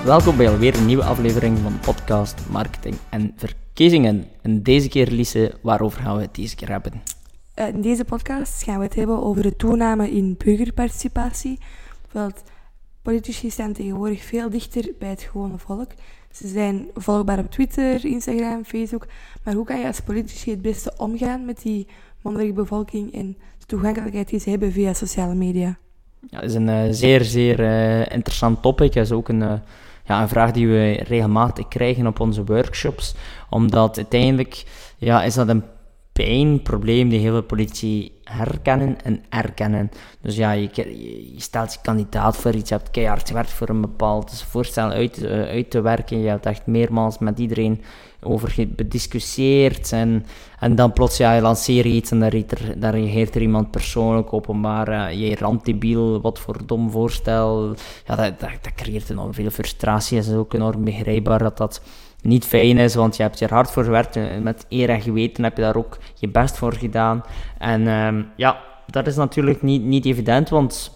Welkom bij alweer een nieuwe aflevering van podcast Marketing en Verkiezingen. En deze keer, Lise, waarover gaan we het deze keer hebben? In deze podcast gaan we het hebben over de toename in burgerparticipatie. Want politici staan tegenwoordig veel dichter bij het gewone volk. Ze zijn volgbaar op Twitter, Instagram, Facebook. Maar hoe kan je als politici het beste omgaan met die mondelinge bevolking en de toegankelijkheid die ze hebben via sociale media? Ja, dat is een zeer interessant topic. Dat is ook een vraag die we regelmatig krijgen op onze workshops. Omdat uiteindelijk is dat een pijnprobleem die heel veel politici herkennen en erkennen. Dus ja, je stelt je kandidaat voor iets, je hebt keihard gewerkt voor een bepaald voorstel uit te werken, je hebt echt meermaals met iedereen over bediscussieerd en dan plots je lanceert iets en daar reageert er iemand persoonlijk op, maar je randdebiel, wat voor dom voorstel, dat creëert enorm veel frustratie. Het is ook enorm begrijpbaar dat niet fijn is, want je hebt er hard voor gewerkt, met eer en geweten heb je daar ook je best voor gedaan. En dat is natuurlijk niet evident, want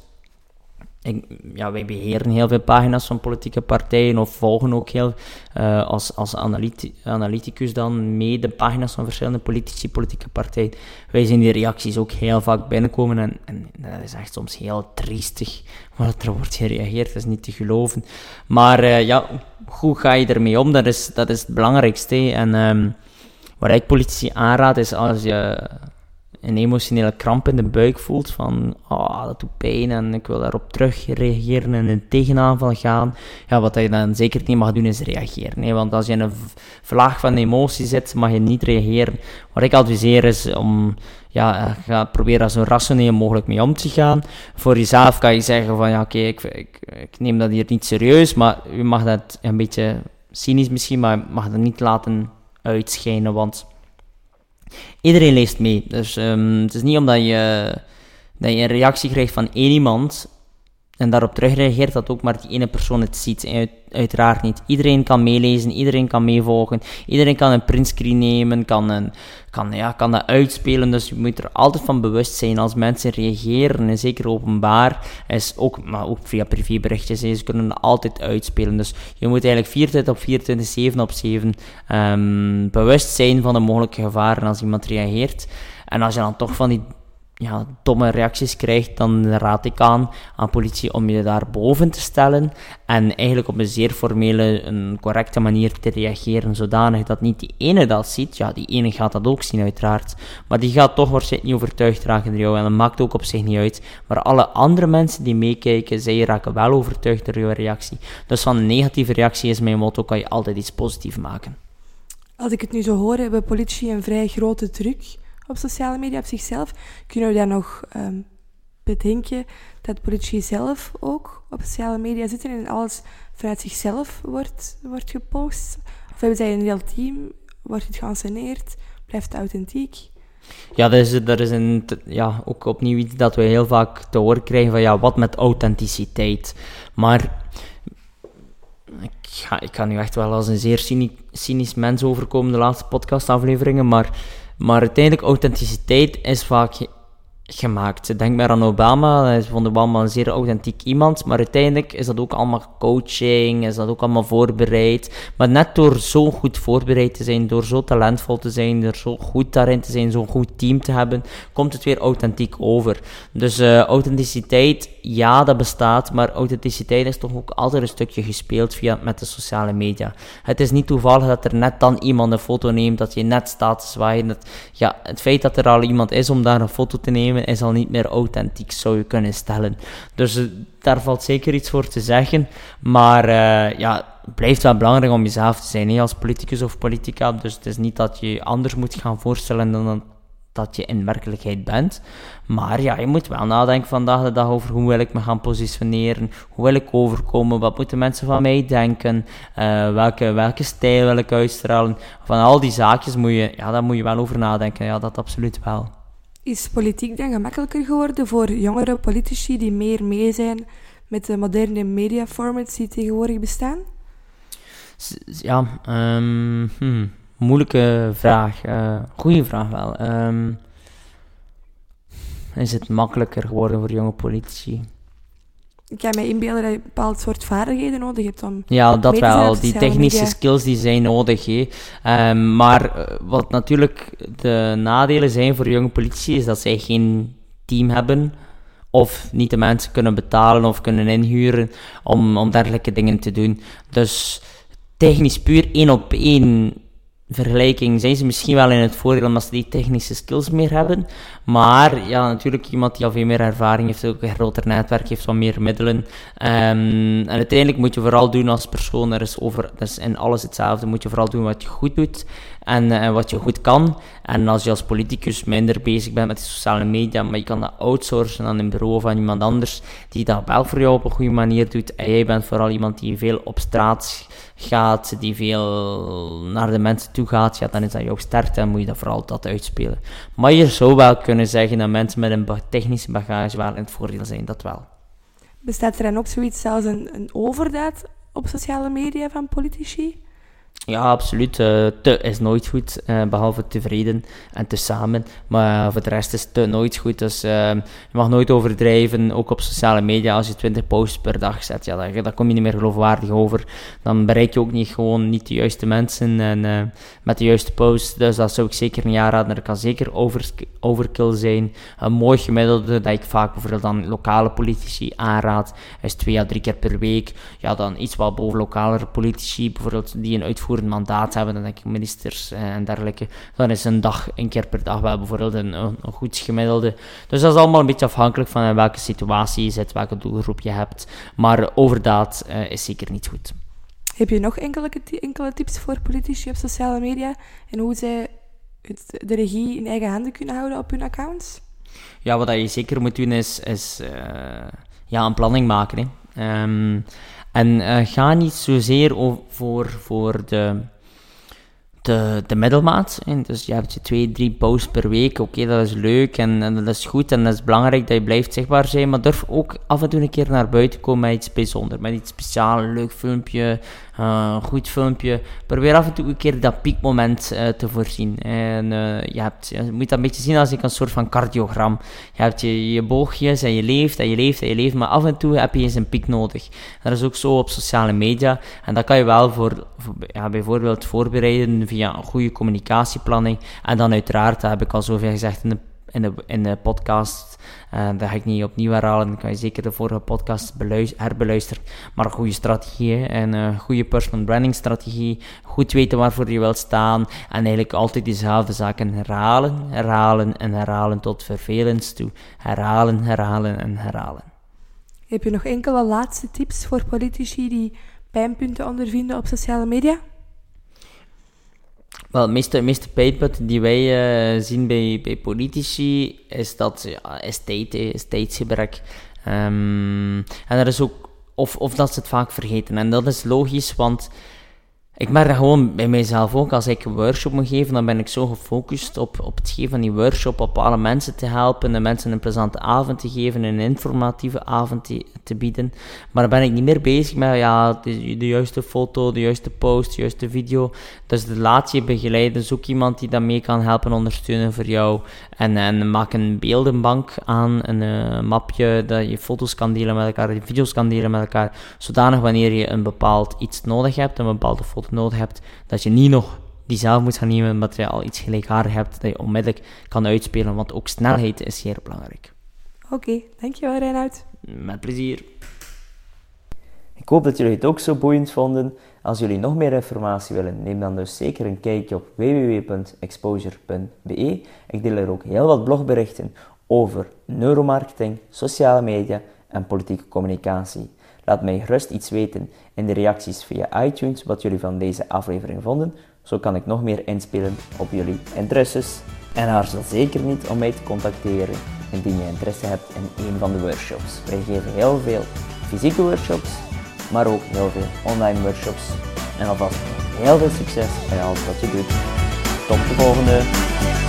wij beheren heel veel pagina's van politieke partijen, of volgen ook heel, als analyticus dan, mee de pagina's van verschillende politieke partijen. Wij zien die reacties ook heel vaak binnenkomen en dat is echt soms heel triestig, maar er wordt gereageerd, dat is niet te geloven. Maar hoe ga je ermee om? Dat is het belangrijkste. En wat ik politici aanraad is, als je een emotionele kramp in de buik voelt van dat doet pijn en ik wil daarop terug reageren en een tegenaanval gaan, wat je dan zeker niet mag doen is reageren, hè? Want als je in een vlaag van emotie zit, mag je niet reageren. Wat ik adviseer is om ga proberen er zo rationeel mogelijk mee om te gaan. Voor jezelf kan je zeggen van ik neem dat hier niet serieus, maar je mag dat een beetje cynisch misschien, maar je mag dat niet laten uitschijnen, want iedereen leest mee. Dus het is niet omdat je een reactie krijgt van één iemand en daarop terugreageert dat ook maar die ene persoon het ziet. Uiteraard niet. Iedereen kan meelezen, iedereen kan meevolgen, iedereen kan een printscreen nemen, kan dat uitspelen. Dus je moet er altijd van bewust zijn als mensen reageren, en zeker openbaar, maar ook via privéberichtjes, ze kunnen dat altijd uitspelen. Dus je moet eigenlijk 24 op 24, 7 op 7 bewust zijn van de mogelijke gevaren als iemand reageert. En als je dan toch van die domme reacties krijgt, dan raad ik aan politie om je daar boven te stellen en eigenlijk op een zeer formele, een correcte manier te reageren, zodanig dat niet die ene dat ziet, die ene gaat dat ook zien uiteraard, maar die gaat toch waarschijnlijk niet overtuigd raken door jou en dat maakt ook op zich niet uit, maar alle andere mensen die meekijken, zij raken wel overtuigd door jouw reactie. Dus van een negatieve reactie is mijn motto, kan je altijd iets positiefs maken. Als ik het nu zo hoor, hebben politici een vrij grote druk op sociale media op zichzelf. Kunnen we daar nog bedenken dat politici zelf ook op sociale media zitten en alles vanuit zichzelf wordt gepost? Of hebben zij een heel team? Wordt het geanceneerd? Blijft het authentiek? Ja, dat is ook opnieuw iets dat we heel vaak te horen krijgen van wat met authenticiteit. Maar ik ga nu echt wel als een zeer cynisch mens overkomen de laatste podcastafleveringen, maar uiteindelijk, authenticiteit is vaak gemaakt. Denk maar aan Obama. Hij vond Obama een zeer authentiek iemand, maar uiteindelijk is dat ook allemaal coaching, is dat ook allemaal voorbereid. Maar net door zo goed voorbereid te zijn, door zo talentvol te zijn, door zo goed daarin te zijn, zo'n goed team te hebben, komt het weer authentiek over. Dus authenticiteit, dat bestaat, maar authenticiteit is toch ook altijd een stukje gespeeld met de sociale media. Het is niet toevallig dat er net dan iemand een foto neemt, dat je net staat te zwaaien. Het feit dat er al iemand is om daar een foto te nemen, is al niet meer authentiek, zou je kunnen stellen. Dus daar valt zeker iets voor te zeggen, maar het blijft wel belangrijk om jezelf te zijn, als politicus of politica. Dus het is niet dat je anders moet gaan voorstellen dan dat je in werkelijkheid bent. Maar je moet wel nadenken vandaag de dag over hoe wil ik me gaan positioneren, hoe wil ik overkomen, wat moeten mensen van mij denken, welke stijl wil ik uitstralen. Van al die zaakjes daar moet je wel over nadenken, dat absoluut wel. Is politiek dan gemakkelijker geworden voor jongere politici die meer mee zijn met de moderne mediaformats die tegenwoordig bestaan? Moeilijke vraag. Goeie vraag wel. Is het makkelijker geworden voor jonge politici? Ik kan me inbeelden dat je een bepaald soort vaardigheden nodig hebt om Ja, dat mee te zijn op wel. Die sociale technische media. skills die zijn nodig. Maar wat natuurlijk de nadelen zijn voor jonge politici, is dat zij geen team hebben. Of niet de mensen kunnen betalen of kunnen inhuren om dergelijke dingen te doen. Dus technisch puur 1-op-1 vergelijking zijn ze misschien wel in het voordeel omdat ze die technische skills meer hebben. Maar ja, natuurlijk iemand die al veel meer ervaring heeft, ook een groter netwerk heeft, wat meer middelen. En uiteindelijk moet je vooral doen als persoon, dat is in alles hetzelfde, moet je vooral doen wat je goed doet en wat je goed kan. En als je als politicus minder bezig bent met de sociale media, maar je kan dat outsourcen aan een bureau of aan iemand anders die dat wel voor jou op een goede manier doet. En jij bent vooral iemand die veel op straat gaat, die veel naar de mensen toe gaat, ja, dan is dat jouw sterkte en moet je dat vooral dat uitspelen. Maar je zou wel kunnen zeggen dat mensen met een technische bagage wel in het voordeel zijn, dat wel. Bestaat er dan ook zoiets als een overdaad op sociale media van politici? Ja, absoluut. Te is nooit goed, behalve tevreden en te samen. Maar voor de rest is te nooit goed. Dus je mag nooit overdrijven, ook op sociale media. Als je 20 posts per dag zet, ja, dan kom je niet meer geloofwaardig over. Dan bereik je ook niet de juiste mensen en met de juiste posts. Dus dat zou ik zeker niet aanraden. Er kan zeker overkill zijn. Een mooi gemiddelde dat ik vaak bijvoorbeeld aan lokale politici aanraad, is 2 à 3 keer per week. Ja, dan iets wat boven lokale politici, bijvoorbeeld die een uitvoerend mandaat hebben, dan denk ik ministers en dergelijke, dan is een keer per dag wel bijvoorbeeld een goed gemiddelde. Dus dat is allemaal een beetje afhankelijk van in welke situatie je zit, welke doelgroep je hebt. Maar overdaad is zeker niet goed. Heb je nog enkele tips voor politici op sociale media en hoe zij de regie in eigen handen kunnen houden op hun accounts? Ja, wat je zeker moet doen is een planning maken. Hè. En ga niet zozeer voor de middelmaat. Hè. Dus je hebt je 2, 3 posts per week. Oké, dat is leuk en dat is goed en dat is belangrijk dat je blijft zichtbaar zijn. Maar durf ook af en toe een keer naar buiten komen met iets bijzonders. Met iets speciaals, een leuk filmpje, goed filmpje. Probeer af en toe een keer dat piekmoment te voorzien. En je moet dat een beetje zien als een soort van cardiogram. Je hebt je boogjes en je leeft, maar af en toe heb je eens een piek nodig. Dat is ook zo op sociale media. En dat kan je wel bijvoorbeeld voorbereiden via een goede communicatieplanning. En dan uiteraard, dat heb ik al zoveel gezegd in de podcast, dat ga ik niet opnieuw herhalen, dan kan je zeker de vorige podcast herbeluisteren, maar een goede strategie en een goede personal branding strategie, goed weten waarvoor je wilt staan en eigenlijk altijd diezelfde zaken herhalen tot vervelens toe, herhalen. Heb je nog enkele laatste tips voor politici pijnpunten ondervinden op sociale media? Wel, de meeste pijnpunten die wij zien bij politici is dat is tijdsgebrek. En er is ook, of dat ze het vaak vergeten. En dat is logisch, want ik merk dat gewoon bij mijzelf ook. Als ik een workshop moet geven, dan ben ik zo gefocust op het geven van die workshop, op alle mensen te helpen, de mensen een plezante avond te geven, een informatieve avond te bieden. Maar dan ben ik niet meer bezig met de juiste foto, de juiste post, de juiste video. Dus laat je begeleiden, zoek iemand die dat mee kan helpen ondersteunen voor jou. En maak een beeldenbank aan, een mapje dat je foto's kan delen met elkaar, die video's kan delen met elkaar, zodanig wanneer je een bepaald iets nodig hebt, een bepaalde foto nodig hebt, dat je niet nog die zelf moet gaan nemen, omdat je al iets gelijkaardig hebt, dat je onmiddellijk kan uitspelen, want ook snelheid is zeer belangrijk. Oké, dankjewel Reinoud. Met plezier. Ik hoop dat jullie het ook zo boeiend vonden. Als jullie nog meer informatie willen, neem dan dus zeker een kijkje op www.exposure.be. Ik deel er ook heel wat blogberichten over neuromarketing, sociale media en politieke communicatie. Laat mij gerust iets weten in de reacties via iTunes wat jullie van deze aflevering vonden. Zo kan ik nog meer inspelen op jullie interesses. En aarzel zeker niet om mij te contacteren indien je interesse hebt in een van de workshops. Wij geven heel veel fysieke workshops, maar ook heel veel online workshops. En alvast heel veel succes bij alles wat je doet. Tot de volgende!